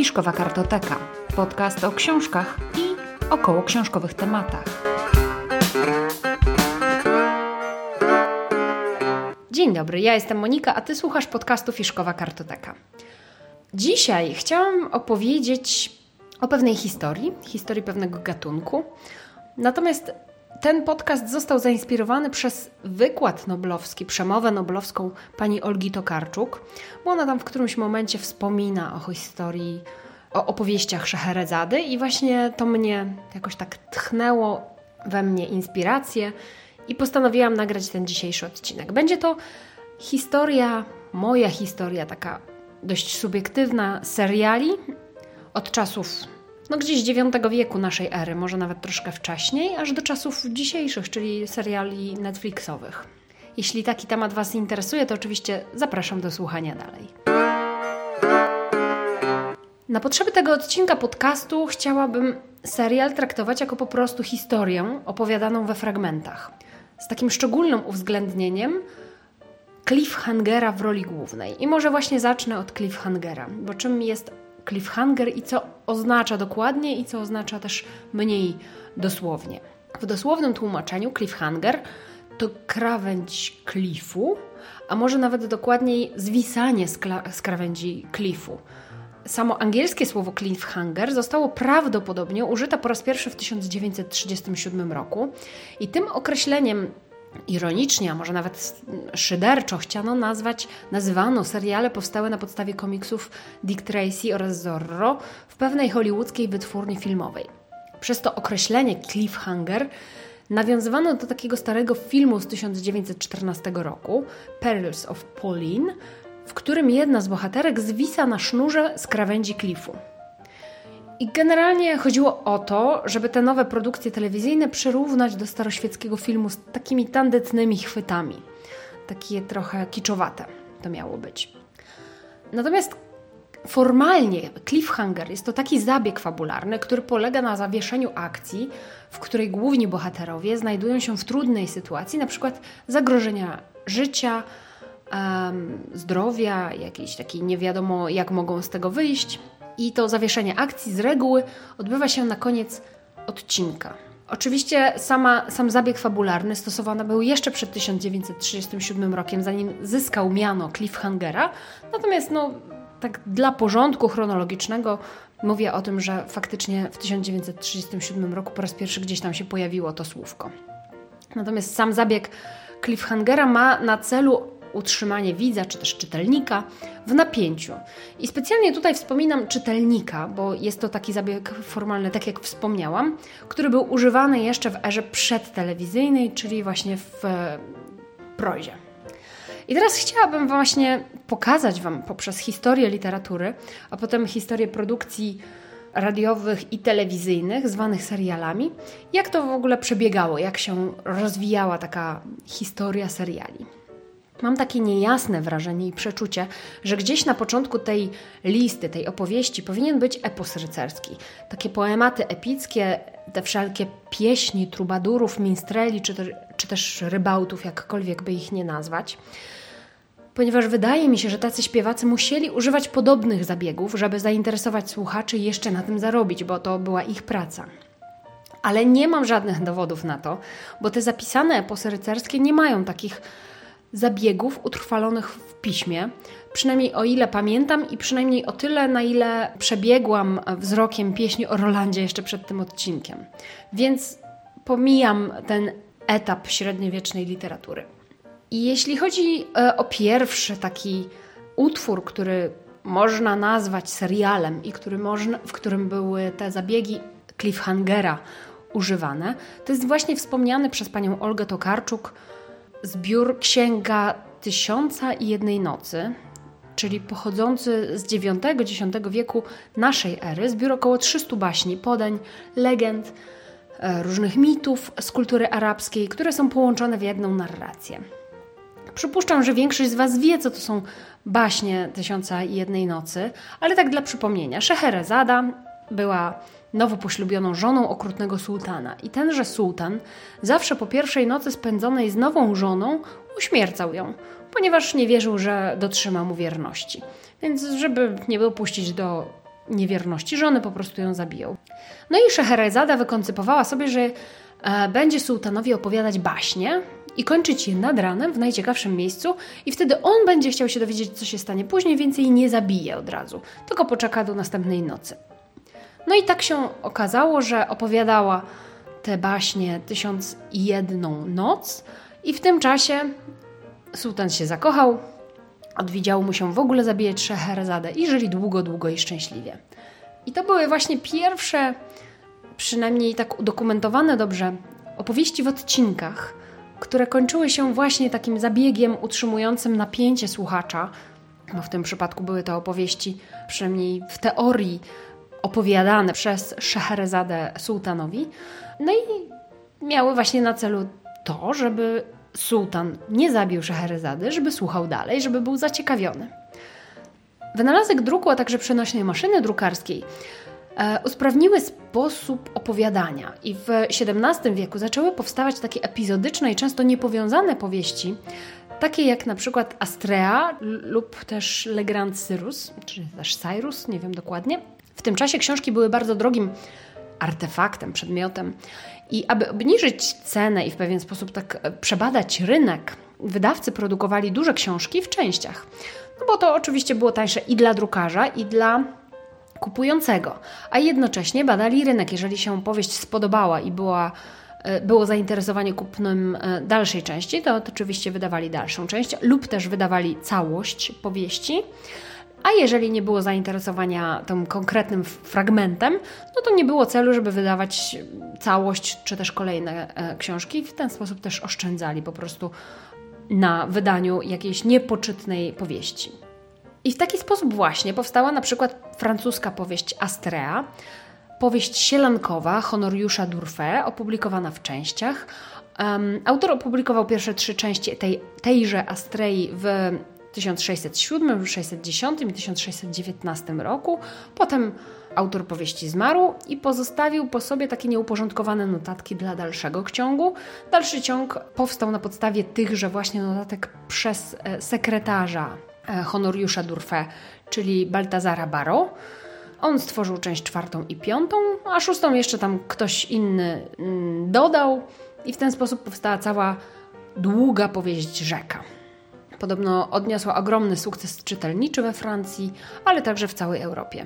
Fiszkowa Kartoteka. Podcast o książkach i około książkowych tematach. Dzień dobry, ja jestem Monika, a Ty słuchasz podcastu Fiszkowa Kartoteka. Dzisiaj chciałam opowiedzieć o pewnej historii pewnego gatunku. Natomiast ten podcast został zainspirowany przez wykład noblowski, przemowę noblowską pani Olgi Tokarczuk, bo ona tam w którymś momencie wspomina o historii, o opowieściach Szeherezady i właśnie to mnie jakoś tak tchnęło we mnie inspirację i postanowiłam nagrać ten dzisiejszy odcinek. Będzie to moja historia, taka dość subiektywna, seriali od czasów gdzieś IX wieku naszej ery, może nawet troszkę wcześniej, aż do czasów dzisiejszych, czyli seriali Netflixowych. Jeśli taki temat Was interesuje, to oczywiście zapraszam do słuchania dalej. Na potrzeby tego odcinka podcastu chciałabym serial traktować jako po prostu historię opowiadaną we fragmentach. Z takim szczególnym uwzględnieniem cliffhangera w roli głównej. I może właśnie zacznę od cliffhangera, bo czym jest cliffhanger i co oznacza dokładnie i co oznacza też mniej dosłownie. W dosłownym tłumaczeniu cliffhanger to krawędź klifu, a może nawet dokładniej zwisanie z krawędzi klifu. Samo angielskie słowo cliffhanger zostało prawdopodobnie użyte po raz pierwszy w 1937 roku i tym określeniem ironicznie, a może nawet szyderczo nazywano seriale powstałe na podstawie komiksów Dick Tracy oraz Zorro w pewnej hollywoodzkiej wytwórni filmowej. Przez to określenie cliffhanger nawiązywano do takiego starego filmu z 1914 roku, Perils of Pauline, w którym jedna z bohaterek zwisa na sznurze z krawędzi klifu. I generalnie chodziło o to, żeby te nowe produkcje telewizyjne przyrównać do staroświeckiego filmu z takimi tandetnymi chwytami. Takie trochę kiczowate to miało być. Natomiast formalnie cliffhanger jest to taki zabieg fabularny, który polega na zawieszeniu akcji, w której główni bohaterowie znajdują się w trudnej sytuacji, na przykład zagrożenia życia, zdrowia, jakiejś takiej nie wiadomo jak mogą z tego wyjść. I to zawieszenie akcji z reguły odbywa się na koniec odcinka. Oczywiście sam zabieg fabularny stosowany był jeszcze przed 1937 rokiem, zanim zyskał miano cliffhangera. Natomiast tak dla porządku chronologicznego mówię o tym, że faktycznie w 1937 roku po raz pierwszy gdzieś tam się pojawiło to słówko. Natomiast sam zabieg cliffhangera ma na celu utrzymanie widza, czy też czytelnika w napięciu. I specjalnie tutaj wspominam czytelnika, bo jest to taki zabieg formalny, tak jak wspomniałam, który był używany jeszcze w erze przedtelewizyjnej, czyli właśnie w prozie. I teraz chciałabym właśnie pokazać Wam poprzez historię literatury, a potem historię produkcji radiowych i telewizyjnych, zwanych serialami, jak to w ogóle przebiegało, jak się rozwijała taka historia seriali. Mam takie niejasne wrażenie i przeczucie, że gdzieś na początku tej listy, tej opowieści powinien być epos rycerski. Takie poematy epickie, te wszelkie pieśni trubadurów, minstreli czy też rybautów, jakkolwiek by ich nie nazwać. Ponieważ wydaje mi się, że tacy śpiewacy musieli używać podobnych zabiegów, żeby zainteresować słuchaczy i jeszcze na tym zarobić, bo to była ich praca. Ale nie mam żadnych dowodów na to, bo te zapisane eposy rycerskie nie mają takich zabiegów utrwalonych w piśmie, przynajmniej o ile pamiętam i przynajmniej o tyle, na ile przebiegłam wzrokiem pieśni o Rolandzie jeszcze przed tym odcinkiem. Więc pomijam ten etap średniowiecznej literatury. I jeśli chodzi o pierwszy taki utwór, który można nazwać serialem i w którym były te zabiegi cliffhangera używane, to jest właśnie wspomniany przez panią Olgę Tokarczuk zbiór Księga Tysiąca i Jednej Nocy, czyli pochodzący z IX-X wieku naszej ery, zbiór około 300 baśni, podań, legend, różnych mitów z kultury arabskiej, które są połączone w jedną narrację. Przypuszczam, że większość z Was wie, co to są baśnie Tysiąca i Jednej Nocy, ale tak dla przypomnienia, Szeherezada była nowo poślubioną żoną okrutnego sułtana. I tenże sułtan zawsze po pierwszej nocy spędzonej z nową żoną uśmiercał ją, ponieważ nie wierzył, że dotrzyma mu wierności. Więc żeby nie dopuścić do niewierności żony po prostu ją zabiją. No i Szeherezada wykoncypowała sobie, że będzie sułtanowi opowiadać baśnie i kończyć je nad ranem w najciekawszym miejscu i wtedy on będzie chciał się dowiedzieć, co się stanie później, więc jej nie zabije od razu, tylko poczeka do następnej nocy. No i tak się okazało, że opowiadała te baśnie 1001 noc i w tym czasie sułtan się zakochał, odwiedziało mu się w ogóle zabijać Szeherezadę i żyli długo, długo i szczęśliwie. I to były właśnie pierwsze, przynajmniej tak udokumentowane dobrze, opowieści w odcinkach, które kończyły się właśnie takim zabiegiem utrzymującym napięcie słuchacza, bo w tym przypadku były to opowieści, przynajmniej w teorii, opowiadane przez Szeherezadę sułtanowi. No i miały właśnie na celu to, żeby sułtan nie zabił Szeherezady, żeby słuchał dalej, żeby był zaciekawiony. Wynalazek druku, a także przenośnej maszyny drukarskiej usprawniły sposób opowiadania i w XVII wieku zaczęły powstawać takie epizodyczne i często niepowiązane powieści, takie jak na przykład Astrea lub też Legrand Cyrus, czy też Cyrus, nie wiem dokładnie. W tym czasie książki były bardzo drogim artefaktem, przedmiotem i aby obniżyć cenę i w pewien sposób tak przebadać rynek, wydawcy produkowali duże książki w częściach. No bo to oczywiście było tańsze i dla drukarza, i dla kupującego, a jednocześnie badali rynek. Jeżeli się powieść spodobała i było zainteresowanie kupnem dalszej części, to oczywiście wydawali dalszą część lub też wydawali całość powieści, a jeżeli nie było zainteresowania tym konkretnym fragmentem, no to nie było celu, żeby wydawać całość czy też kolejne książki. W ten sposób też oszczędzali po prostu na wydaniu jakiejś niepoczytnej powieści. I w taki sposób właśnie powstała na przykład francuska powieść Astrea, powieść sielankowa Honoriusza d'Urfé, opublikowana w częściach. Autor opublikował pierwsze 3 części tejże Astrei w 1607, 1610 i 1619 roku. Potem autor powieści zmarł i pozostawił po sobie takie nieuporządkowane notatki dla dalszego ciągu. Dalszy ciąg powstał na podstawie tychże właśnie notatek przez sekretarza Honoriusza d'Urfé, czyli Baltazara Barreau. On stworzył część 4 i 5, a 6 jeszcze tam ktoś inny dodał i w ten sposób powstała cała długa powieść Rzeka. Podobno odniosła ogromny sukces czytelniczy we Francji, ale także w całej Europie.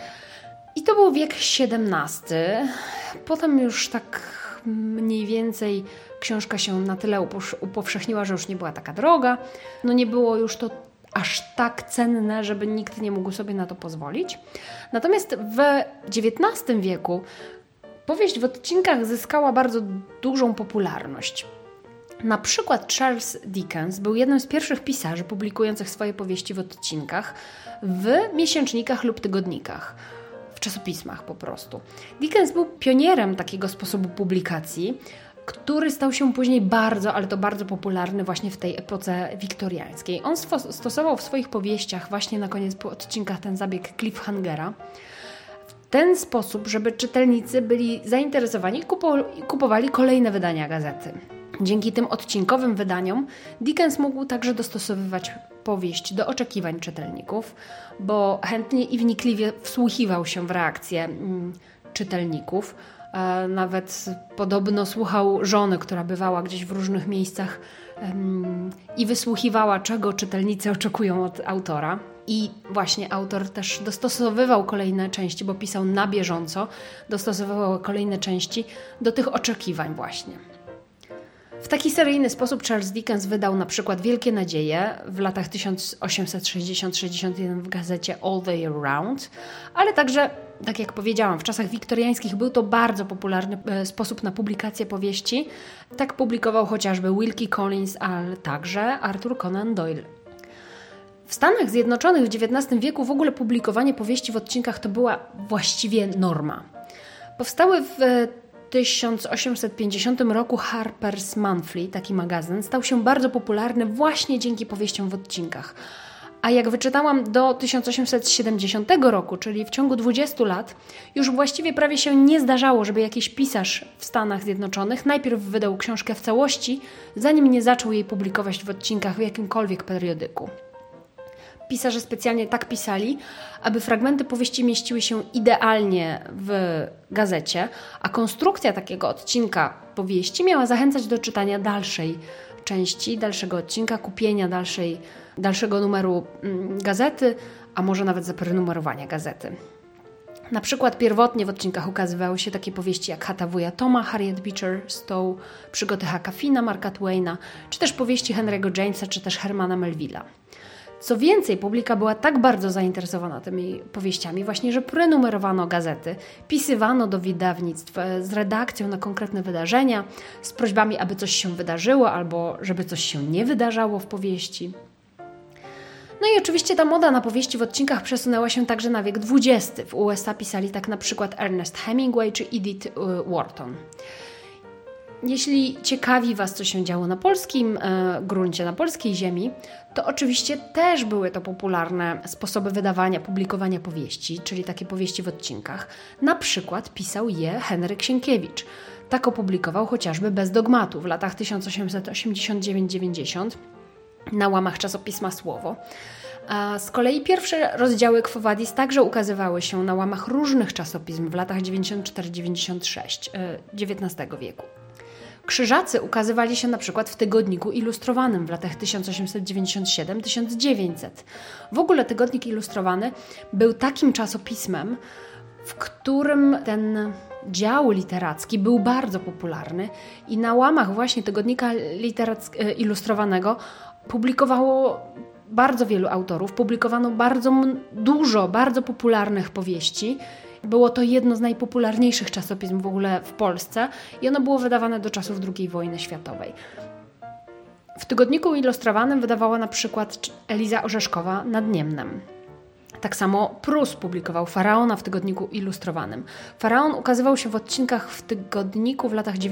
I to był wiek XVII. Potem już tak mniej więcej książka się na tyle upowszechniła, że już nie była taka droga. No nie było już to aż tak cenne, żeby nikt nie mógł sobie na to pozwolić. Natomiast w XIX wieku powieść w odcinkach zyskała bardzo dużą popularność. Na przykład Charles Dickens był jednym z pierwszych pisarzy publikujących swoje powieści w odcinkach w miesięcznikach lub tygodnikach, w czasopismach po prostu. Dickens był pionierem takiego sposobu publikacji, który stał się później bardzo, ale to bardzo popularny właśnie w tej epoce wiktoriańskiej. On stosował w swoich powieściach właśnie na koniec po odcinkach ten zabieg cliffhangera w ten sposób, żeby czytelnicy byli zainteresowani i kupowali kolejne wydania gazety. Dzięki tym odcinkowym wydaniom Dickens mógł także dostosowywać powieść do oczekiwań czytelników, bo chętnie i wnikliwie wsłuchiwał się w reakcje czytelników. Nawet podobno słuchał żony, która bywała gdzieś w różnych miejscach i wysłuchiwała, czego czytelnicy oczekują od autora. I właśnie autor też dostosowywał kolejne części, bo pisał na bieżąco, dostosowywał kolejne części do tych oczekiwań właśnie. W taki seryjny sposób Charles Dickens wydał na przykład Wielkie Nadzieje w latach 1860-61 w gazecie All the Year Round, ale także, tak jak powiedziałam, w czasach wiktoriańskich był to bardzo popularny sposób na publikację powieści. Tak publikował chociażby Wilkie Collins, ale także Arthur Conan Doyle. W Stanach Zjednoczonych w XIX wieku w ogóle publikowanie powieści w odcinkach to była właściwie norma. Powstały w 1850 roku Harper's Monthly, taki magazyn, stał się bardzo popularny właśnie dzięki powieściom w odcinkach. A jak wyczytałam, do 1870 roku, czyli w ciągu 20 lat, już właściwie prawie się nie zdarzało, żeby jakiś pisarz w Stanach Zjednoczonych najpierw wydał książkę w całości, zanim nie zaczął jej publikować w odcinkach w jakimkolwiek periodyku. Pisarze specjalnie tak pisali, aby fragmenty powieści mieściły się idealnie w gazecie, a konstrukcja takiego odcinka powieści miała zachęcać do czytania dalszej części, dalszego odcinka, kupienia dalszego numeru gazety, a może nawet zaprenumerowania gazety. Na przykład pierwotnie w odcinkach ukazywały się takie powieści jak Chata wuja Toma, Harriet Beecher Stowe, Przygody Hucka Finna, Marka Twaina, czy też powieści Henry'ego Jamesa, czy też Hermana Melville'a. Co więcej, publika była tak bardzo zainteresowana tymi powieściami właśnie, że prenumerowano gazety, pisywano do wydawnictw z redakcją na konkretne wydarzenia, z prośbami, aby coś się wydarzyło albo żeby coś się nie wydarzało w powieści. No i oczywiście ta moda na powieści w odcinkach przesunęła się także na wiek XX. W USA pisali tak na przykład Ernest Hemingway czy Edith Wharton. Jeśli ciekawi Was, co się działo na polskim gruncie, na polskiej ziemi, to oczywiście też były to popularne sposoby wydawania, publikowania powieści, czyli takie powieści w odcinkach. Na przykład pisał je Henryk Sienkiewicz. Tak opublikował chociażby Bez dogmatu w latach 1889-90 na łamach czasopisma Słowo. A z kolei pierwsze rozdziały Quo Vadis także ukazywały się na łamach różnych czasopism w latach 94-96 XIX wieku. Krzyżacy ukazywali się na przykład w Tygodniku Ilustrowanym w latach 1897-1900. W ogóle Tygodnik Ilustrowany był takim czasopismem, w którym ten dział literacki był bardzo popularny i na łamach właśnie Tygodnika Ilustrowanego publikowało bardzo wielu autorów, publikowano bardzo dużo, bardzo popularnych powieści. Było to jedno z najpopularniejszych czasopism w ogóle w Polsce i ono było wydawane do czasów II wojny światowej. W Tygodniku Ilustrowanym wydawała na przykład Eliza Orzeszkowa Nad Niemnem. Tak samo Prus publikował Faraona w Tygodniku Ilustrowanym. Faraon ukazywał się w odcinkach w Tygodniku w latach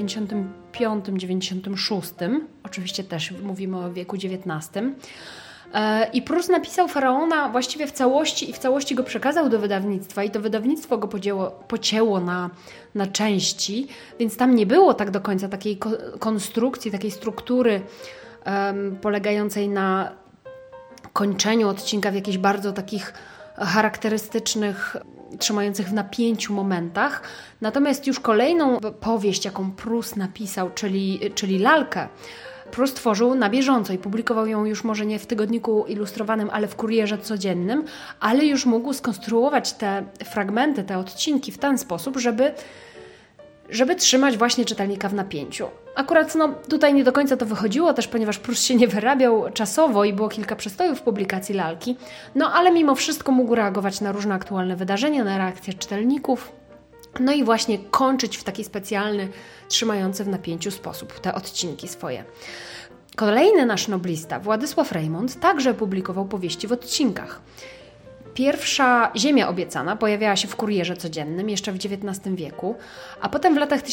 95-96, oczywiście też mówimy o wieku XIX. I Prus napisał Faraona właściwie w całości i w całości go przekazał do wydawnictwa i to wydawnictwo go pocięło na części, więc tam nie było tak do końca takiej konstrukcji, takiej struktury polegającej na kończeniu odcinka w jakichś bardzo takich charakterystycznych, trzymających w napięciu momentach. Natomiast już kolejną powieść, jaką Prus napisał, czyli Lalkę, Prus tworzył na bieżąco i publikował ją już może nie w Tygodniku Ilustrowanym, ale w Kurierze Codziennym, ale już mógł skonstruować te fragmenty, te odcinki w ten sposób, żeby trzymać właśnie czytelnika w napięciu. Akurat tutaj nie do końca to wychodziło też, ponieważ Prus się nie wyrabiał czasowo i było kilka przestojów publikacji Lalki, ale mimo wszystko mógł reagować na różne aktualne wydarzenia, na reakcje czytelników, no i właśnie kończyć w taki specjalny, trzymający w napięciu sposób te odcinki swoje. Kolejny nasz noblista, Władysław Reymont, także publikował powieści w odcinkach. Pierwsza Ziemia obiecana pojawiała się w Kurierze Codziennym jeszcze w XIX wieku, a potem w latach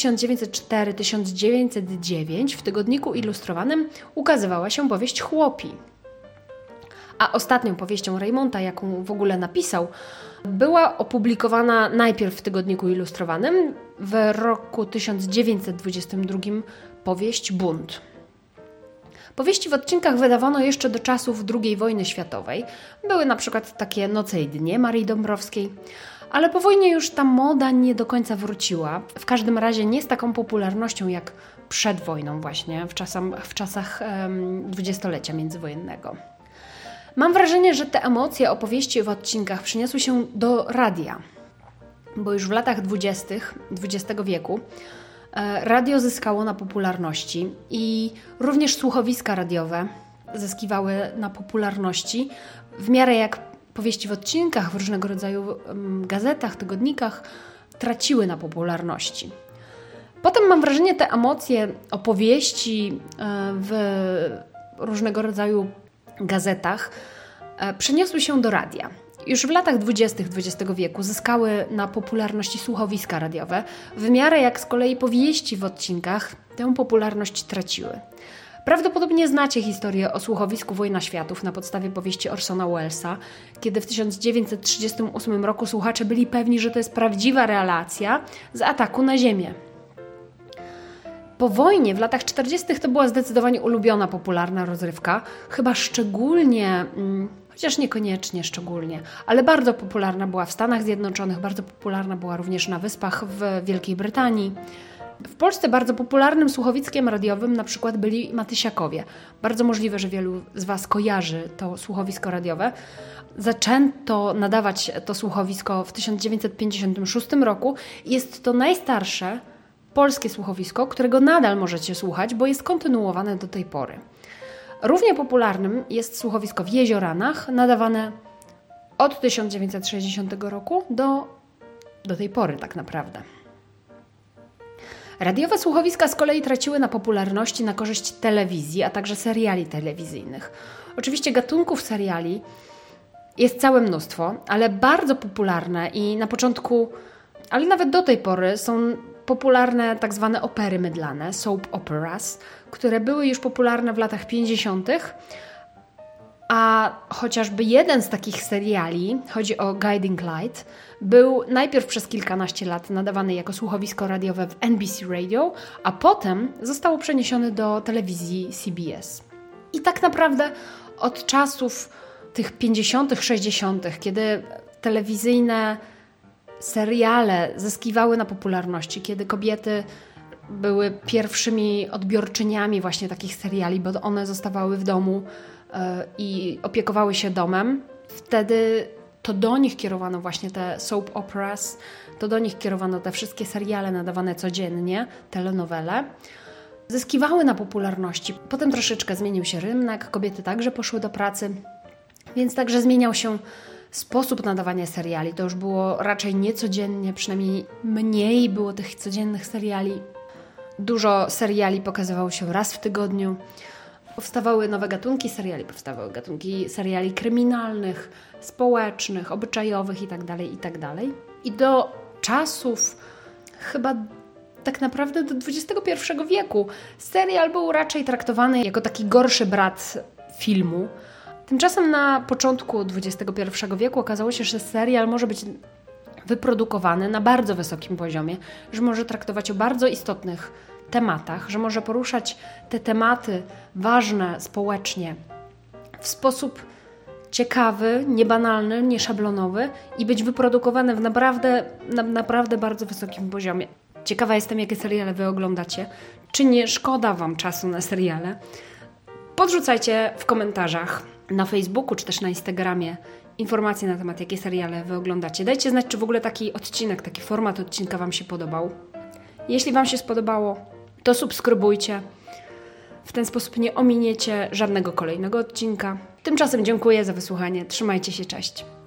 1904-1909 w Tygodniku Ilustrowanym ukazywała się powieść Chłopi. A ostatnią powieścią Reymonta, jaką w ogóle napisał, była opublikowana najpierw w Tygodniku Ilustrowanym w roku 1922 powieść Bunt. Powieści w odcinkach wydawano jeszcze do czasów II wojny światowej. Były na przykład takie Noce i dnie Marii Dąbrowskiej, ale po wojnie już ta moda nie do końca wróciła. W każdym razie nie z taką popularnością jak przed wojną właśnie, w czasach dwudziestolecia międzywojennego. Mam wrażenie, że te emocje opowieści w odcinkach przyniosły się do radia, bo już w latach 20. XX wieku radio zyskało na popularności i również słuchowiska radiowe zyskiwały na popularności w miarę jak powieści w odcinkach, w różnego rodzaju gazetach, tygodnikach traciły na popularności. Potem mam wrażenie, te emocje opowieści w różnego rodzaju gazetach przeniosły się do radia. Już w latach 20. XX wieku zyskały na popularności słuchowiska radiowe, w miarę jak z kolei powieści w odcinkach tę popularność traciły. Prawdopodobnie znacie historię o słuchowisku Wojna Światów na podstawie powieści Orsona Wellesa, kiedy w 1938 roku słuchacze byli pewni, że to jest prawdziwa relacja z ataku na Ziemię. Po wojnie, w latach 40. to była zdecydowanie ulubiona, popularna rozrywka, chyba szczególnie chociaż niekoniecznie szczególnie, ale bardzo popularna była w Stanach Zjednoczonych, bardzo popularna była również na Wyspach w Wielkiej Brytanii. W Polsce bardzo popularnym słuchowiskiem radiowym na przykład byli Matysiakowie. Bardzo możliwe, że wielu z Was kojarzy to słuchowisko radiowe. Zaczęto nadawać to słuchowisko w 1956 roku. Jest to najstarsze polskie słuchowisko, którego nadal możecie słuchać, bo jest kontynuowane do tej pory. Równie popularnym jest słuchowisko w Jezioranach, nadawane od 1960 roku do tej pory tak naprawdę. Radiowe słuchowiska z kolei traciły na popularności na korzyść telewizji, a także seriali telewizyjnych. Oczywiście gatunków seriali jest całe mnóstwo, ale bardzo popularne i na początku, ale nawet do tej pory są popularne tak zwane opery mydlane, soap operas, które były już popularne w latach 50., a chociażby jeden z takich seriali, chodzi o Guiding Light, był najpierw przez kilkanaście lat nadawany jako słuchowisko radiowe w NBC Radio, a potem zostało przeniesiony do telewizji CBS. I tak naprawdę od czasów tych 50., 60., kiedy telewizyjne seriale zyskiwały na popularności, kiedy kobiety były pierwszymi odbiorczyniami właśnie takich seriali, bo one zostawały w domu i opiekowały się domem. Wtedy to do nich kierowano właśnie te soap operas, to do nich kierowano te wszystkie seriale nadawane codziennie, telenowele. Zyskiwały na popularności. Potem troszeczkę zmienił się rynek, kobiety także poszły do pracy, więc także zmieniał się sposób nadawania seriali. To już było raczej niecodziennie, przynajmniej mniej było tych codziennych seriali. Dużo seriali pokazywało się raz w tygodniu. Powstawały nowe gatunki seriali, powstawały gatunki seriali kryminalnych, społecznych, obyczajowych itd., itd. I do czasów chyba tak naprawdę do XXI wieku serial był raczej traktowany jako taki gorszy brat filmu. Tymczasem na początku XXI wieku okazało się, że serial może być wyprodukowany na bardzo wysokim poziomie, że może traktować o bardzo istotnych tematach, że może poruszać te tematy ważne społecznie w sposób ciekawy, niebanalny, nieszablonowy i być wyprodukowane w naprawdę bardzo wysokim poziomie. Ciekawa jestem, jakie seriale Wy oglądacie. Czy nie szkoda Wam czasu na seriale? Podrzucajcie w komentarzach na Facebooku czy też na Instagramie informacje na temat, jakie seriale Wy oglądacie. Dajcie znać, czy w ogóle taki odcinek, taki format odcinka Wam się podobał. Jeśli Wam się spodobało, to subskrybujcie. W ten sposób nie ominiecie żadnego kolejnego odcinka. Tymczasem dziękuję za wysłuchanie. Trzymajcie się, cześć.